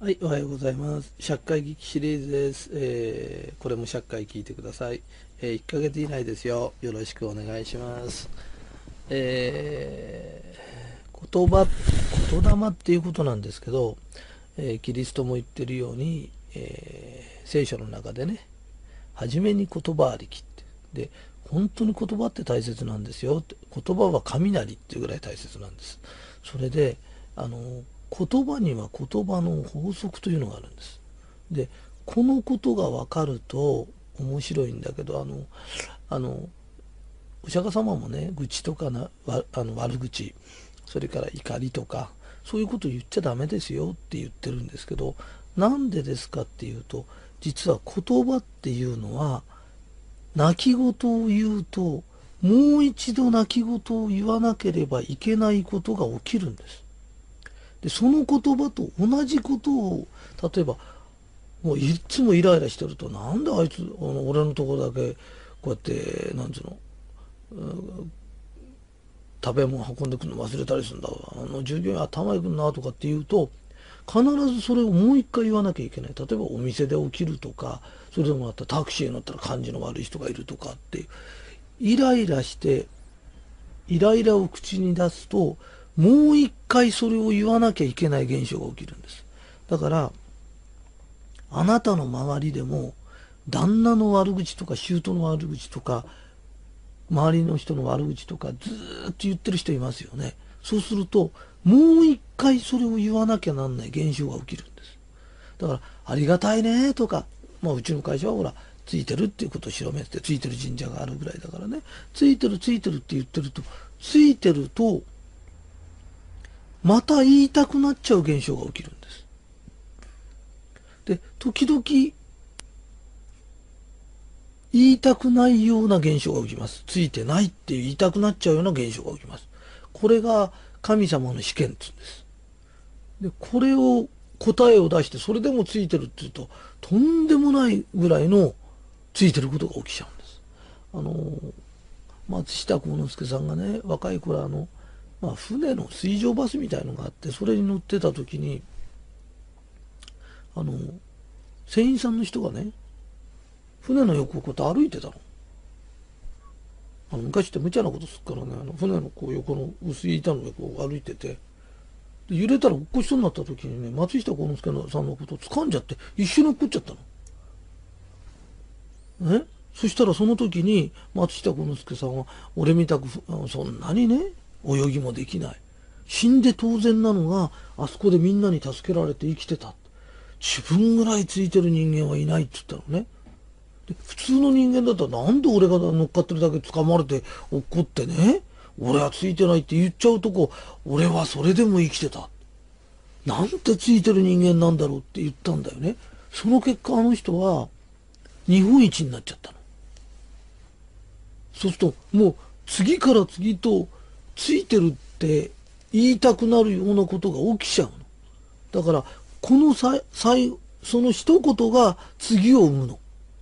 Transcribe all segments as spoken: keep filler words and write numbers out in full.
はい、おはようございます。ひゃっかい劇シリーズです。えーこれもひゃっかい聞いてください。えーいっかげつ以内ですよ。よろしくお願いします。えー言葉、言霊っていうことなんですけど、えーキリストも言ってるように、えー聖書の中でね、初めに言葉ありきって。で、本当に言葉って大切なんですよって。言葉は雷っていうぐらい大切なんです。それで、あの、言葉には言葉の法則というのがあるんです。で、このことが分かると面白いんだけど、あの、あの、お釈迦様もね、愚痴とかな、わあの悪口、それから怒りとか、そういうこと言っちゃダメですよって言ってるんですけど、なんでですかっていうと、実は言葉っていうのは、泣き言を言うと、もう一度泣き言を言わなければいけないことが起きるんです。で、その言葉と同じことを、例えば、もういっつもイライラしてると、なんであいつ、あの俺のところだけ、こうやって、なんつうの、食べ物運んでくるの忘れたりするんだわ。あの従業員頭いくんなとかって言うと、必ずそれをもう一回言わなきゃいけない。例えばお店で起きるとか、それでもあったタクシーに乗ったら感じの悪い人がいるとかっていう。イライラして、イライラを口に出すと、もう一回それを言わなきゃいけない現象が起きるんです。だから、あなたの周りでも、旦那の悪口とか、姑の悪口とか、周りの人の悪口とか、ずーっと言ってる人いますよね。そうすると、もう一回それを言わなきゃなんない現象が起きるんです。だから、ありがたいねとか、まあ、うちの会社はほら、ついてるっていうことを広めてて、ついてる神社があるぐらいだからね、ついてるついてるって言ってると、ついてると、また言いたくなっちゃう現象が起きるんです。で、時々言いたくないような現象が起きます。ついてないって言いたくなっちゃうような現象が起きます。これが神様の試験って言うんです。で、これを答えを出して、それでもついてるって言うと、とんでもないぐらいのついてることが起きちゃうんです。あの、松下幸之助さんがね、若い頃あの、まあ、船の水上バスみたいのがあって、それに乗ってた時に、あの、船員さんの人がね、船の横をこうやって歩いてたの。あの昔って無茶なことするからね、あの船のこう横の薄い板の上こう歩いてて、で揺れたら落っこしそうになった時にね、松下幸之助さんのことを掴んじゃって、一緒に落っこっちゃったの。ね。そしたらその時に松下幸之助さんは、俺みたくそんなにね、泳ぎもできない。死んで当然なのが、あそこでみんなに助けられて生きてた。自分ぐらいついてる人間はいないって言ったのね。で普通の人間だったら、なんで俺が乗っかってるだけ掴まれて落っこってね、俺はついてないって言っちゃうとこ、俺はそれでも生きてた。なんてついてる人間なんだろうって言ったんだよね。その結果あの人は日本一になっちゃったの。そうするともう次から次とついてるって言いたくなるようなことが起きちゃうの。だからこのさいその一言が次を生むの。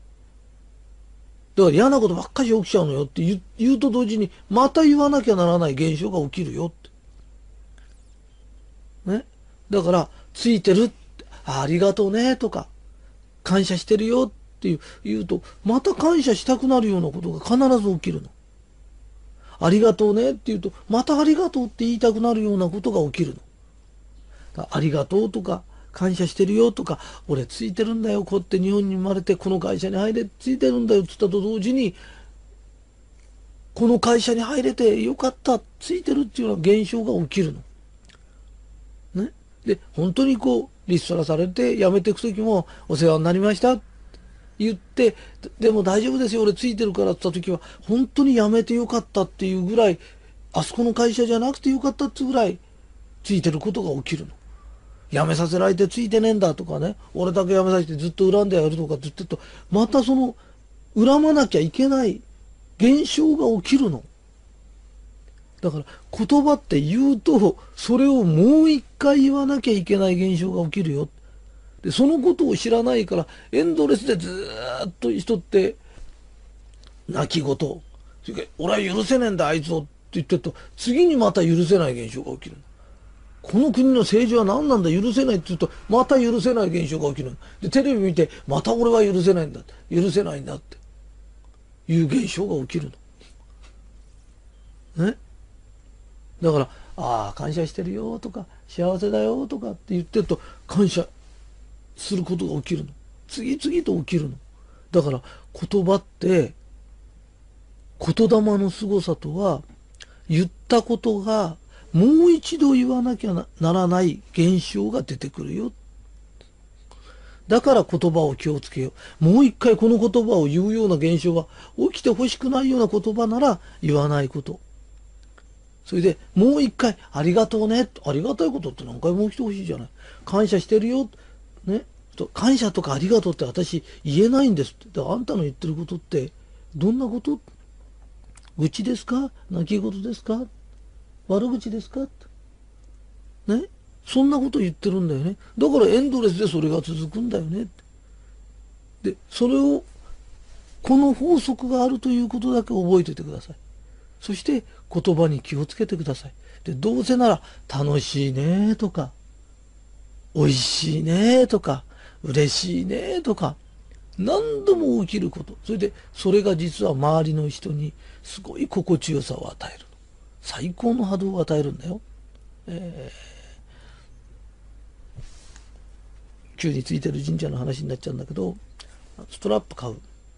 だから嫌なことばっかり起きちゃうのよって言う言うと同時に、また言わなきゃならない現象が起きるよって。ね。だから、ついてるって、あ、ありがとうねとか、感謝してるよっていう言うと、また感謝したくなるようなことが必ず起きるの。ありがとうねって言うと、またありがとうって言いたくなるようなことが起きるの。ありがとうとか、感謝してるよとか、俺ついてるんだよ、こうやって日本に生まれてこの会社に入れ、ついてるんだよって言ったと同時に、この会社に入れてよかった、ついてるっていうような現象が起きるの。ね。で、本当にこう、リストラされて辞めていくときも、お世話になりましたって言って、でも大丈夫ですよ、俺ついてるからって言ったときは、本当に辞めてよかったっていうぐらい、あそこの会社じゃなくてよかったっていうぐらい、ついてることが起きるの。辞めさせられてついてねえんだとかね、俺だけ辞めさせてずっと恨んでやるとかって言ってると、またその、恨まなきゃいけない現象が起きるの。だから言葉って言うと、それをもう一回言わなきゃいけない現象が起きるよ。で、そのことを知らないから、エンドレスでずーっと人って泣き言。それから俺は許せねえんだ、あいつをって言ってると、次にまた許せない現象が起きる。 この国の政治は何なんだ、許せないって言うと、また許せない現象が起きる。で、テレビ見て、また俺は許せないんだ、許せないんだっていう現象が起きるの。ね。だから、ああ、感謝してるよとか、幸せだよとかって言ってると、感謝することが起きるの。次々と起きるの。だから、言葉って、言霊の凄さとは、言ったことが、もう一度言わなきゃならない現象が出てくるよ。だから言葉を気をつけよう。もう一回この言葉を言うような現象が起きてほしくないような言葉なら言わないこと。それでもう一回ありがとうね。ありがたいことって何回も起きてほしいじゃない。感謝してるよ。ね。感謝とかありがとうって私言えないんですって。あんたの言ってることってどんなこと？愚痴ですか？泣き言ですか？悪口ですか？ね。そんなこと言ってるんだよね。だからエンドレスでそれが続くんだよね。で、それを、この法則があるということだけ覚えておいてください。そして言葉に気をつけてください。で、どうせなら楽しいねとか、美味しいねとか、嬉しいねとか、何度も起きること。それで、それが実は周りの人にすごい心地よさを与える。最高の波動を与えるんだよ。えー、旧についてる神社の話になっちゃうんだけど、ストラップ買う。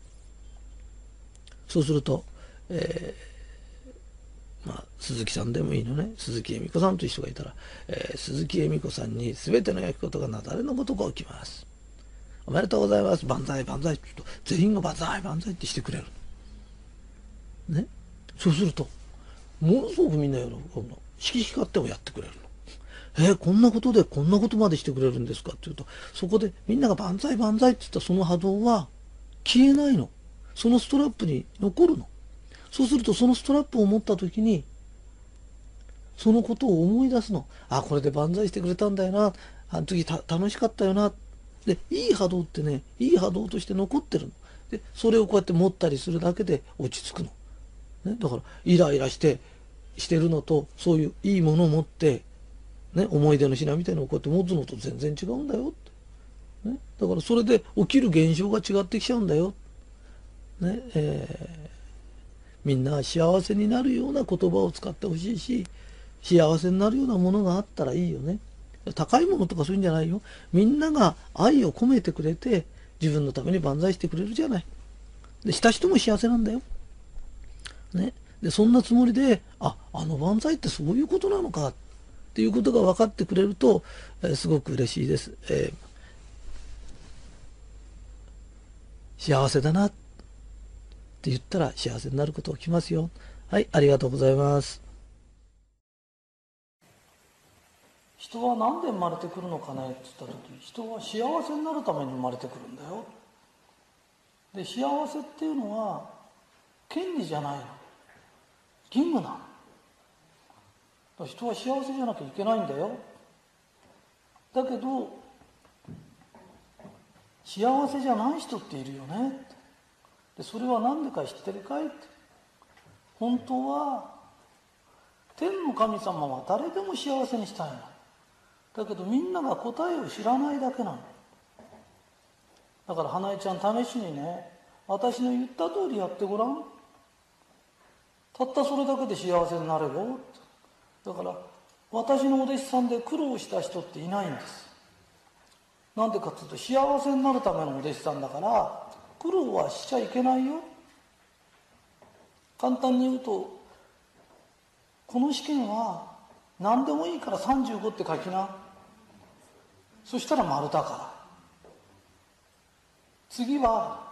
そうすると、えー、まあ、鈴木さんでもいいのね。鈴木恵美子さんという人がいたら、えー、鈴木恵美子さんに全ての焼き事がなだれのごとく起きます。おめでとうございます。万歳万歳って言うと、全員が万歳万歳ってしてくれる。ね。そうすると、ものすごくみんな喜ぶの。しきしかってもやってくれるの。えー、こんなことでこんなことまでしてくれるんですかって言うと、そこでみんなが万歳万歳って言ったその波動は消えないの。そのストラップに残るの。そうするとそのストラップを持った時に、そのことを思い出すの。あ、これで万歳してくれたんだよな。あの時た楽しかったよな。で、いい波動ってね、いい波動として残ってるの。で、それをこうやって持ったりするだけで落ち着くの。ね、だから、イライラして、してるのと、そういういいものを持って、ね、思い出の品みたいなのをこうやって持つのと全然違うんだよって。ね、だからそれで起きる現象が違ってきちゃうんだよ。ね、えー、みんな幸せになるような言葉を使ってほしいし、幸せになるようなものがあったらいいよね。高いものとかそういうんじゃないよ。みんなが愛を込めてくれて、自分のために万歳してくれるじゃない。で、した人も幸せなんだよ。ね。で、そんなつもりで、あ、あの万歳ってそういうことなのかっていうことが分かってくれると、えー、すごく嬉しいです。えー、幸せだなって言ったら幸せになることが起きますよ。はい、ありがとうございます。人は何で生まれてくるのかねって言った時、人は幸せになるために生まれてくるんだよ。で、幸せっていうのは権利じゃないの、義務なの。人は幸せじゃなきゃいけないんだよ。だけど幸せじゃない人っているよね。で、それは何でか知ってるかいって。本当は天の神様は誰でも幸せにしたいの。だけどみんなが答えを知らないだけなの。だから花江ちゃん試しにね、私の言った通りやってごらん。たったそれだけで幸せになれよ。だから私のお弟子さんで苦労した人っていないんです。なんでかっていうと、幸せになるためのお弟子さんだから苦労はしちゃいけないよ。簡単に言うと、この試験は何でもいいからさんじゅうごって書きな。そしたら丸だから。次は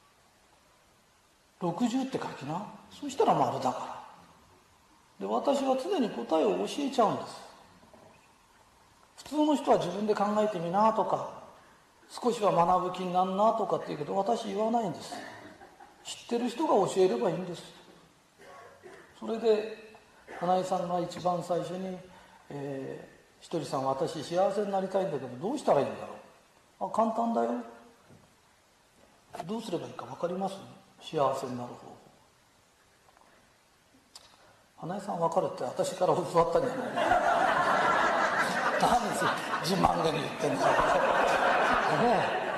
ろくじゅうって書きな。そしたら丸だから。で、私は常に答えを教えちゃうんです。普通の人は自分で考えてみなとか、少しは学ぶ気になんなとかって言うけど、私言わないんです。知ってる人が教えればいいんです。それで花江さんが一番最初に、えーひとりさん、私幸せになりたいんだけどどうしたらいいんだろう。あ、簡単だよ。どうすればいいか分かります？幸せになる方法。花江さん分かるって私から教わったんじゃない自慢げに言ってんだからね。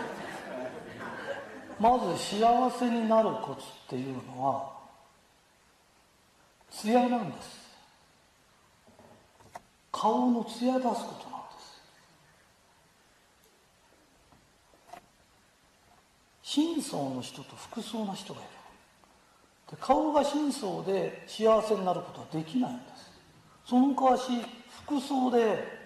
まず幸せになるコツっていうのは艶なんです。顔の艶出すことなんです。深層の人と複層な人がいる。で、顔が深層で幸せになることはできないんです。その代わし複層で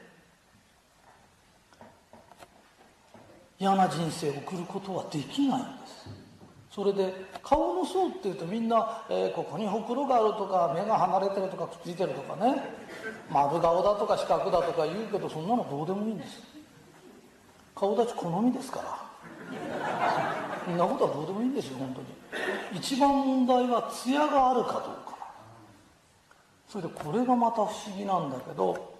嫌な人生を送ることはできないんです。それで顔の層っていうとみんな、えー、ここにほくろがあるとか目が離れてるとかくっついてるとかね、丸顔だとか四角だとか言うけど、そんなのどうでもいいんです。顔立ち好みですからそんなことはどうでもいいんですよ。本当に一番問題は艶があるかどうかな。それでこれがまた不思議なんだけど、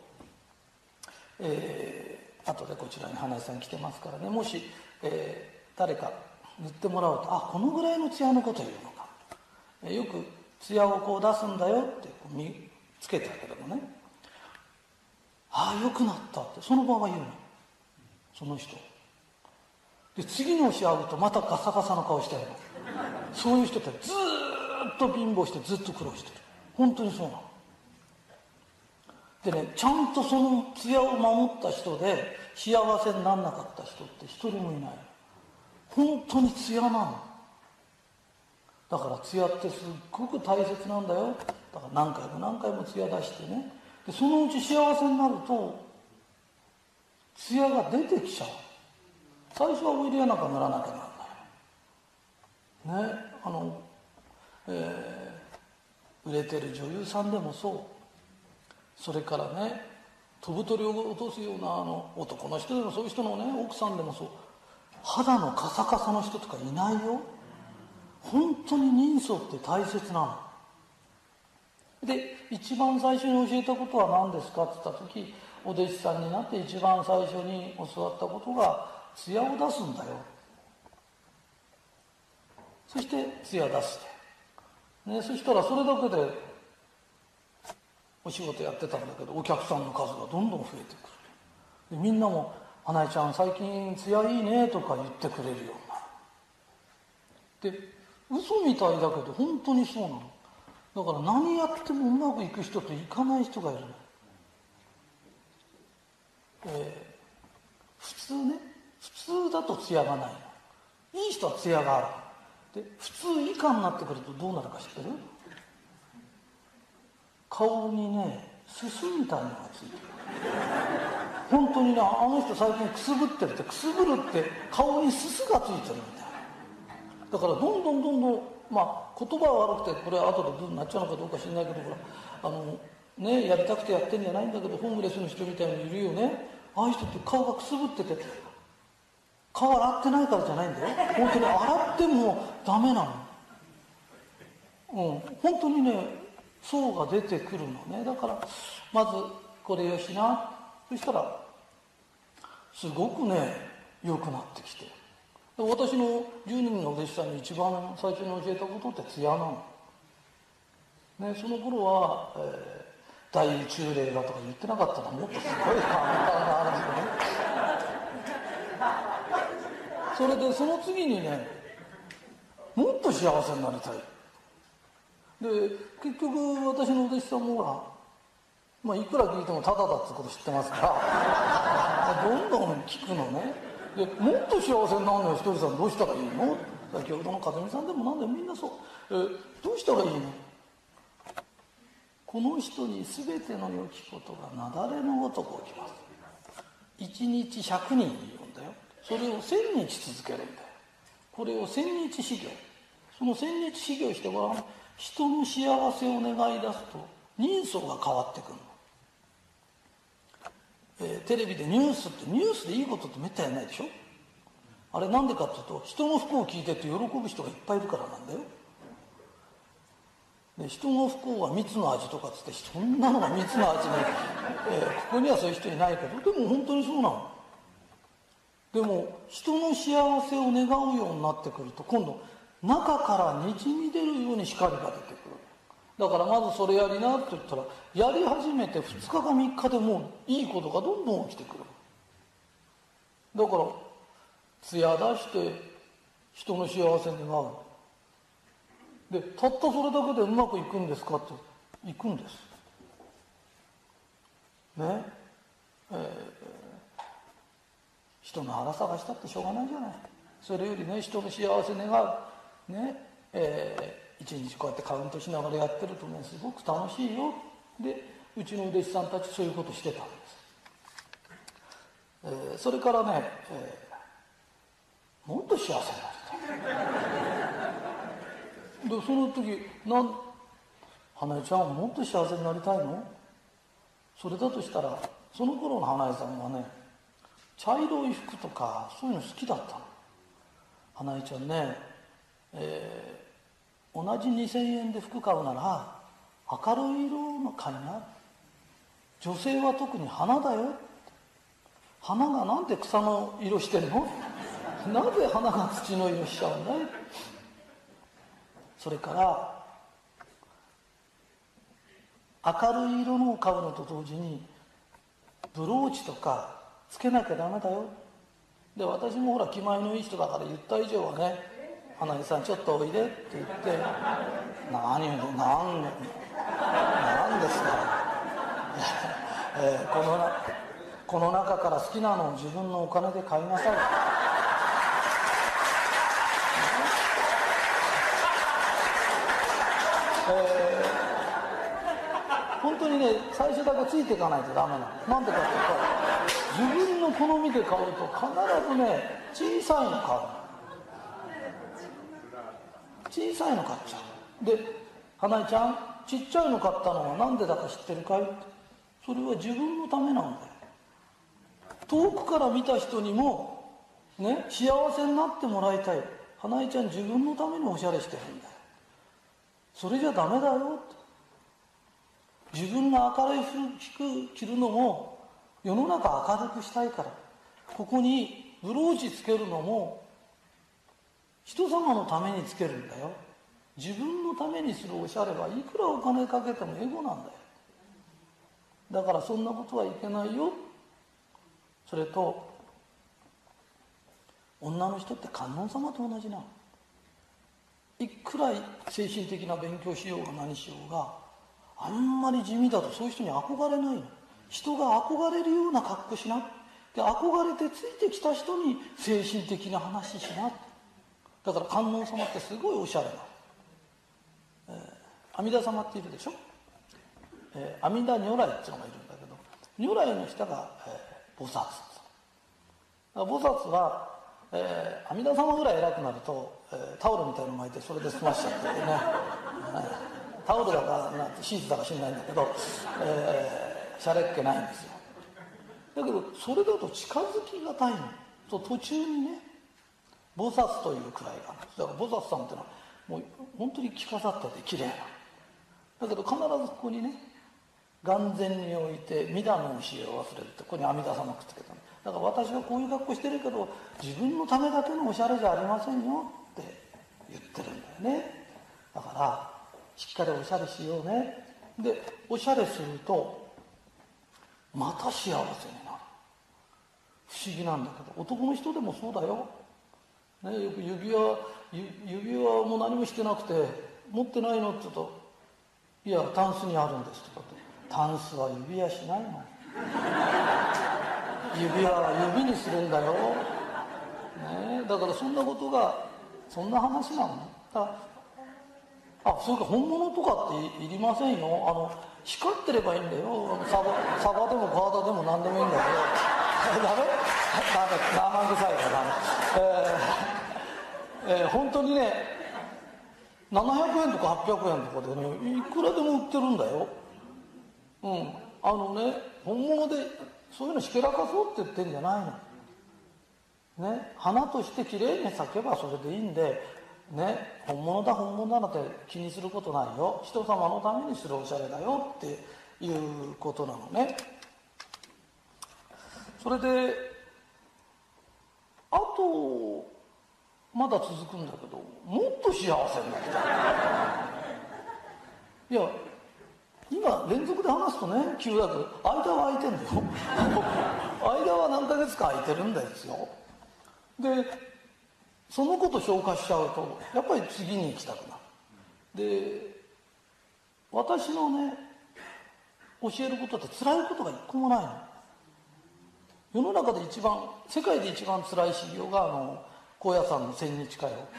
えー、後でこちらに花井さん来てますからね、もし、えー、誰か塗ってもらうと、あ、このぐらいの艶のこと言うのか、えー、よく艶をこう出すんだよってこう見つけてあげるのね。ああ、よくなったってその場は言うの、その人で。次の日会うとまたガサガサの顔してるの。そういう人ってずーっと貧乏してずっと苦労してる。本当にそうなの。でね、ちゃんとその艶を守った人で幸せにならなかった人って一人もいない。本当に艶なの。だから艶ってすっごく大切なんだよ。だから何回も何回も艶出してね、でそのうち幸せになると艶が出てきちゃう。最初はオイルやなんか塗らなきゃならないね。あの、えー、売れてる女優さんでもそう。それからね、飛ぶ鳥を落とすようなあの男の人でもそういう人のね、奥さんでもそう。肌のカサカサの人とかいないよ。本当に人相って大切なので、一番最初に教えたことは何ですかって言った時、お弟子さんになって一番最初に教わったことが艶を出すんだよ。そして艶出して、ね、そしたらそれだけでお仕事やってたんだけど、お客さんの数がどんどん増えてくる。でみんなも「花江ちゃん最近艶いいね」とか言ってくれるようになる。で嘘みたいだけど本当にそうなの。だから何やってもうまくいく人といかない人がいるの。えー、普通ね、普通だと艶がないの。いい人は艶がある。で普通以下になってくるとどうなるか知ってる？顔にね、すすみたいなのがついてる。本当にね、あの人最近くすぶってるって、くすぶるって顔にすすがついてるみたいな。だからどんどんどんどん、まあ言葉は悪くてこれは後でブーになっちゃうのかどうか知らないけど、ほらあのね、やりたくてやってんじゃないんだけど、ホームレスの人みたいにいるよね。ああいう人って顔がくすぶってて、顔洗ってないからじゃないんだよ。本当に洗ってもダメなの。うん、本当にね、層が出てくるのね。だからまずこれよしな。そしたらすごくね良くなってきて、私のじゅうにんのお弟子さんに一番最初に教えたことって艶なの、ね、その頃は、えー、大宇宙霊だとか言ってなかったらもっとすごい簡単な話でね。それでその次にね、もっと幸せになりたい。で結局私のお弟子さんもほら、まあ、いくら聞いてもタダだってこと知ってますからどんどん聞くのね。でもっと幸せになるのよ。ひとりさんどうしたらいいの？先ほどの和美さんでもなんでもみんなそう、えー、どうしたらいいの？この人に全ての良きことが雪崩のごとく起きます。一日ひゃくにんいるんだよ。それを千日続けるんだよ。これを千日修行。その千日修行してごらん。人の幸せを願い出すと人相が変わってくるの、えー、テレビでニュースってニュースでいいことってめったにないでしょ。あれなんでかっていうと、人の不幸を聞いてって喜ぶ人がいっぱいいるからなんだよ。で人の不幸は蜜の味とかっつって、そんなのが蜜の味に、えー、ここにはそういう人いないけど、でも本当にそうなの。でも人の幸せを願うようになってくると、今度中からにじみ出るように光が出てくる。 だからまずそれやりなって言ったら、やり始めてふつかかみっかでもういいことがどんどん起きてくる。だから艶出して人の幸せに願う。でたったそれだけでうまくいくんですかって、いくんですね。えー、人の腹探したってしょうがないじゃない。それよりね、人の幸せ願うね、えー、一日こうやってカウントしながらやってるとね、すごく楽しいよ。でうちの弟子さんたちそういうことしてたんです。えー、それからね、えー、もっと幸せになりたいでその時なん花江ちゃんもっと幸せになりたいの？それだとしたら、その頃の花江さんはね、茶色い服とかそういうの好きだったの。花江ちゃんね、えー、同じにせんえんで服買うなら明るい色の買いな。女性は特に花だよ。花がなんで草の色してんの？なぜ花が土の色しちゃうんだい？それから明るい色のを買うのと同時にブローチとかつけなきゃダメだよ。で私もほら気前のいい人だから言った以上はね、花江さんちょっとおいでって言って、何言うの、なんなんですか、えー、このなこの中から好きなのを自分のお金で買いなさい。えー、本当にね、最初だけついていかないとダメなの。なんでかっていうと、自分の好みで買うと必ずね、小さいの買う。小さいの買っちゃう。で、花江ちゃん、ちっちゃいの買ったのはなんでだか知ってるかい？それは自分のためなんだよ。遠くから見た人にもね、幸せになってもらいたい。花江ちゃん自分のためにおしゃれしてるんだよ。それじゃダメだよ。自分が明るい服着るのも世の中明るくしたいから、ここにブローチつけるのも人様のためにつけるんだよ。自分のためにするおしゃれはいくらお金かけてもエゴなんだよ。だからそんなことはいけないよ。それと女の人って観音様と同じなの。いくら精神的な勉強しようが何しようが、あんまり地味だとそういう人に憧れないの。人が憧れるような格好しな。で憧れてついてきた人に精神的な話しな。だから観音様ってすごいおしゃれな、えー、阿弥陀様っているでしょ、えー、阿弥陀如来っていうのがいるんだけど、如来の下が、えー、菩薩。菩薩は、えー、阿弥陀様ぐらい偉くなると、えー、タオルみたいなの巻いてそれで済ましちゃってね、えー、タオルだかなんてシーツだか知んないんだけど、えー、しゃれっ気ないんですよ。だけどそれだと近づきがたいのと、途中にね菩薩というくらいがあるんです。だから菩薩さんっていうのはもう本当に着飾ってて綺麗な、だけど必ずここにね、眼前に置いて弥陀の教えを忘れるって、ここに阿弥陀様くっつけたの。だから私はこういう格好してるけど自分のためだけのおしゃれじゃありませんよって言ってるんだよね。だからしっかりおしゃれしようね。でおしゃれするとまた幸せになる。不思議なんだけど、男の人でもそうだよ、ね、よく指輪指輪も何もしてなくて持ってないのって言うと、いやタンスにあるんですとかって、タンスは指輪しないの。指輪は指にするんだよ、ね、だからそんなことが、そんな話なの。だからあ、それか本物とかっていりませんよ。あの光ってればいいんだよ。サバ、サバでもガーダでも何でもいいんだけどダメ？ダメ、生臭いからダメ。えーえー、本当にねななひゃくえんとかはっぴゃくえんとかでね、いくらでも売ってるんだよ。うん、あのね、本物でそういうのひけらかそうって言ってんじゃないのね。花としてきれいに咲けばそれでいいんでね、本物だ本物だなんて気にすることないよ。人様のためにするおしゃれだよっていうことなのね。それであとまだ続くんだけど、もっと幸せになりたい。 いや今連続で話すとね急だけど間は空いてんだよ間は何ヶ月か空いてるんですよ。でそのこと消化しちゃうとやっぱり次に行きたくなる。で私のね教えることって辛いことが一個もないの。世の中で一番世界で一番辛い修行があの高野山の千日解放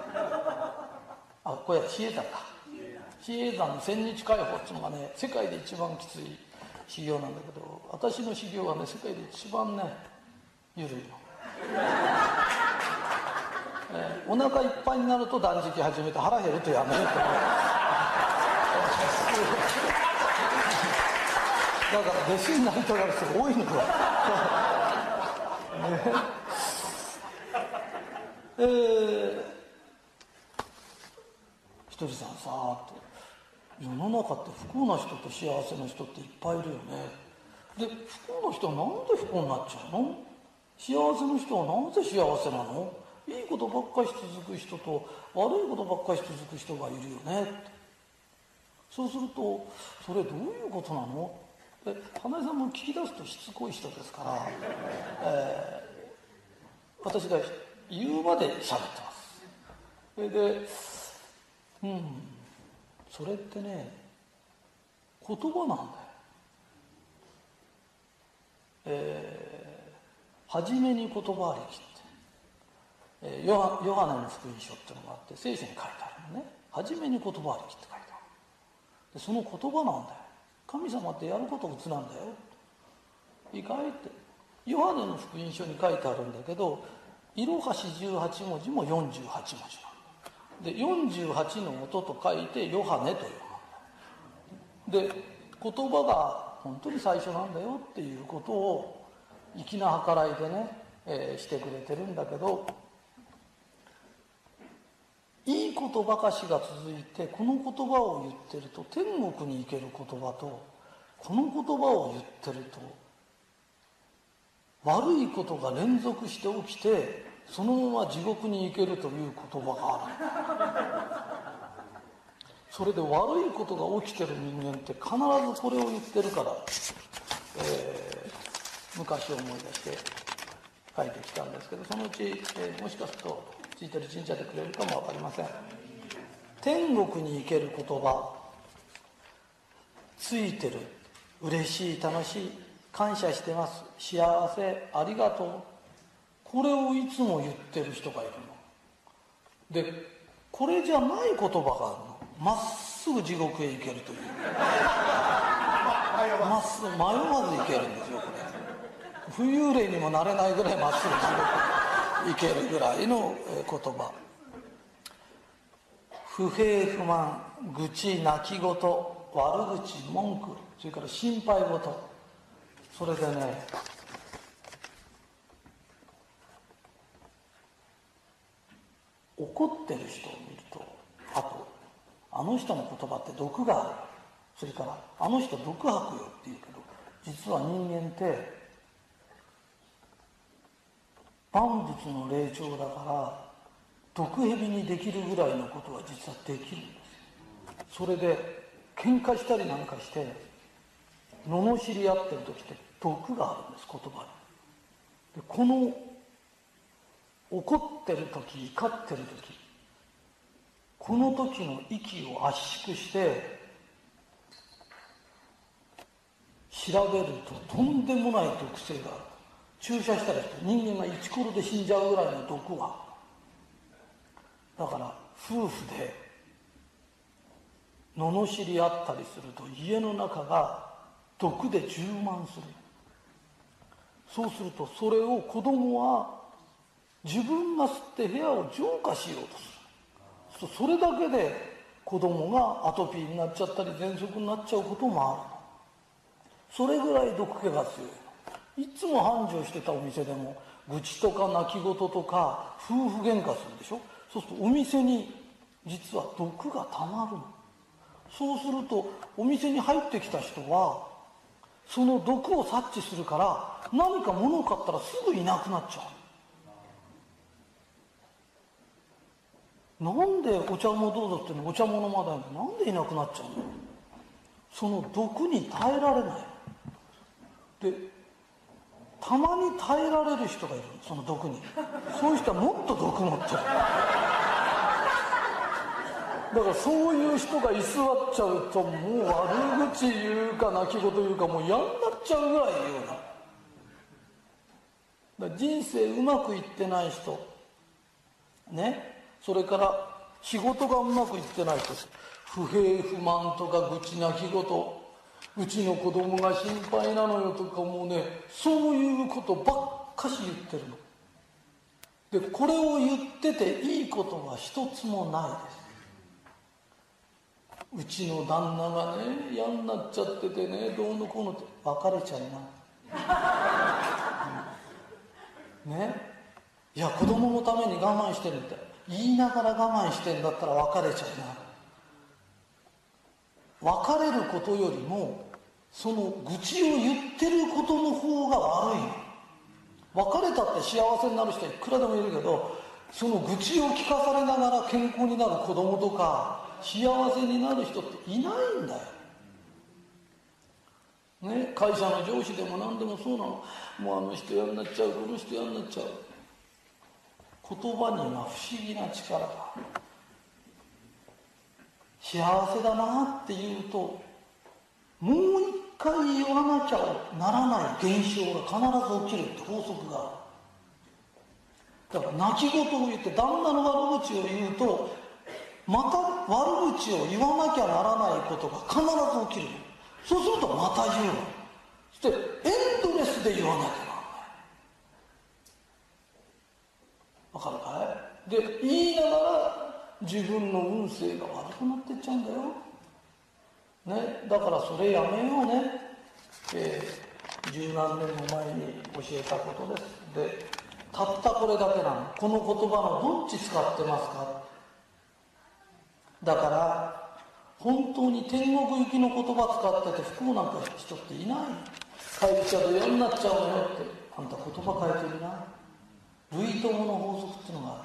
あ高野比叡山か比叡山の千日解放っていうのがね世界で一番きつい修行なんだけど、私の修行はね世界で一番ね緩いの、えー、お腹いっぱいになると断食始めて腹減るとやめるとだから弟子になりたがる人が多いのよねえー、ひとりさんさーって世の中って不幸な人と幸せな人っていっぱいいるよね。で不幸な人はなんで不幸になっちゃうの？幸せな人はなぜ幸せなの？いいことばっかりし続く人と悪いことばっかりし続く人がいるよねって。そうするとそれどういうことなの？で花江さんも聞き出すとしつこい人ですから、えー、私が言うまで喋ってます。それでうんそれってね言葉なんだよ。えー、初めに言葉ありきって、えー、ヨハ、ヨハネの福音書っていうのがあって聖書に書いてあるのね。初めに言葉ありきって書いてある。でその言葉なんだよ。神様ってやることうつなんだよ。意外ってヨハネの福音書に書いてあるんだけどいろは四十八文字も四十八文字なのでよんじゅうはちの音と書いてヨハネというで言葉が本当に最初なんだよっていうことを粋な計らいでね、えー、してくれてるんだけど、いいことばかしが続いてこの言葉を言ってると天国に行ける言葉とこの言葉を言ってると悪いことが連続して起きてそのまま地獄に行けるという言葉がある。それで悪いことが起きてる人間って必ずこれを言ってるから、えー、昔思い出して書いてきたんですけど、そのうち、えー、もしかするとついてる神社でくれるかもわかりません。天国に行ける言葉、ついてる、嬉しい、楽しい、感謝してます、幸せ、ありがとう、これをいつも言ってる人がいるので、これじゃない言葉があるの。まっすぐ地獄へ行けるというまっすぐ迷わず行けるんですよ。これ浮遊霊にもなれないぐらいまっすぐ地獄へ行けるぐらいの言葉。不平不満、愚痴、泣き言、悪口、文句、それから心配事、それでね怒ってる人を見ると、あとあの人の言葉って毒がある、それからあの人毒吐くよって言うけど、実は人間って万物の霊長だから毒蛇にできるぐらいのことは実はできるんですよ。それで喧嘩したりなんかして罵り合ってる時って毒があるんです、言葉に。でこの怒ってる時、怒ってる時、この時の息を圧縮して調べるととんでもない毒性がある。注射したら人間がイチコロで死んじゃうぐらいの毒がある。だから夫婦で罵り合ったりすると家の中が毒で充満する。そうするとそれを子供は自分が吸って部屋を浄化しようとする。それだけで子供がアトピーになっちゃったり喘息になっちゃうこともあるの。それぐらい毒気が強いの。いつも繁盛してたお店でも愚痴とか泣き言とか夫婦喧嘩するでしょ。そうするとお店に実は毒がたまるの。そうするとお店に入ってきた人はその毒を察知するから何か物を買ったらすぐいなくなっちゃう。 なんでお茶もどうぞってのお茶も飲まないのなんでいなくなっちゃうの。その毒に耐えられない。でたまに耐えられる人がいる、その毒に。そういう人はもっと毒持ってる。だからそういう人が居座っちゃうと、もう悪口言うか泣き言言うかもう嫌になっちゃうぐらい言うな。だから人生うまくいってない人ね、それから仕事がうまくいってない人、不平不満とか愚痴泣き言、うちの子供が心配なのよとか、もうね、そういうことばっかし言ってるので、これを言ってていいことは一つもないです。うちの旦那がね嫌になっちゃっててね、どうのこうのって別れちゃいな、うん、ね、いや子供のために我慢してるって言いながら我慢してんだったら別れちゃいな。別れることよりもその愚痴を言ってることの方が悪いの。別れたって幸せになる人はいくらでもいるけど、その愚痴を聞かされながら健康になる子供とか幸せになる人っていないんだよ、ね、会社の上司でも何でもそうなの。もうあの人嫌になっちゃう、この人嫌になっちゃう。言葉には不思議な力が。幸せだなって言うともう一回言わなきゃならない現象が必ず起きるって法則がある。だから泣き言を言って旦那の悪口を言うと、また悪口を言わなきゃならないことが必ず起きる。そうするとまた言うの。そしてエンドレスで言わなきゃならない。わかるかい？で言いながら自分の運勢が悪くなってっちゃうんだよ、ね、だからそれやめようね。えー、十何年も前に教えたことです。でたったこれだけなの。この言葉のどっち使ってますか。だから本当に天国行きの言葉使ってて不幸なんか人っていない。会社で嫌になっちゃうのよって、あんた言葉変えてるな。類友の法則っていうのがあ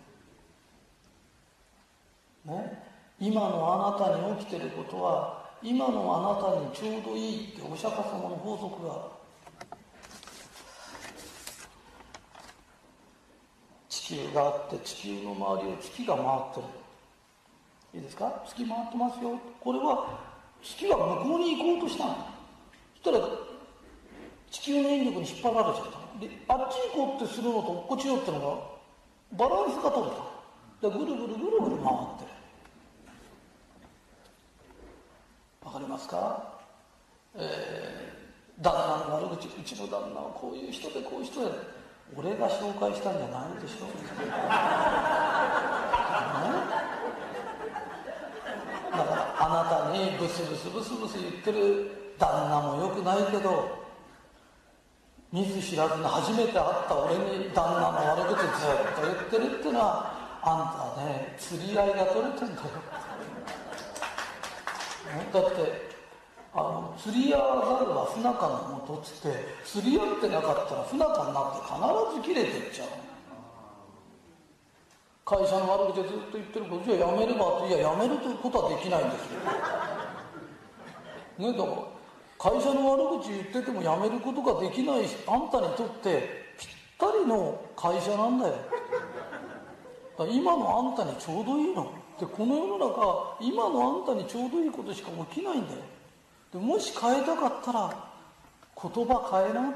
ったよ、ね、今のあなたに起きてることは今のあなたにちょうどいいってお釈迦様の法則がある。地球があって地球の周りを月が回ってる。いいですか。月回ってますよ。これは月が向こうに行こうとしたの。そしたら地球の引力に引っ張られちゃったので、あっち行こうってするのと落っこちようってのがバランスが取れた。でぐるぐるぐるぐる回ってる。わかりますか。えー、旦那の悪口、うちの旦那はこういう人でこういう人で、俺が紹介したんじゃないでしょう、ね、だからあなたにブスブスブスブス言ってる旦那もよくないけど、見ず知らずの初めて会った俺に旦那の悪口ずっと言ってるってのは、あんたね釣り合いが取れてんだよだってあの釣り合わざるは不仲のもとっつって、釣り合ってなかったら不仲になって必ず切れてっちゃう。会社の悪口ずっと言ってることじゃあやめればって、いややめるということはできないんですよね。だから会社の悪口言っててもやめることができないし、あんたにとってぴったりの会社なんだよ。だから今のあんたにちょうどいいので、この世の中今のあんたにちょうどいいことしか起きないんだよ。でもし変えたかったら言葉変えな。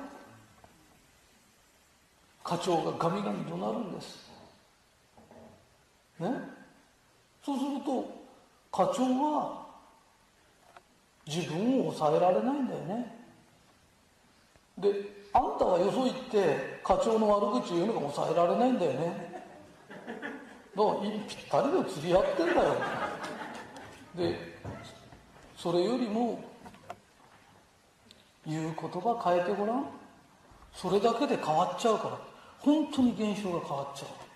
課長がガミガミ怒鳴るんですね。そうすると課長は自分を抑えられないんだよね。であんたはよそ行って課長の悪口言うのが抑えられないんだよね。だからぴったりで釣り合ってんだよ。でそれよりも言う言葉変えてごらん。それだけで変わっちゃうから、本当に現象が変わっちゃう。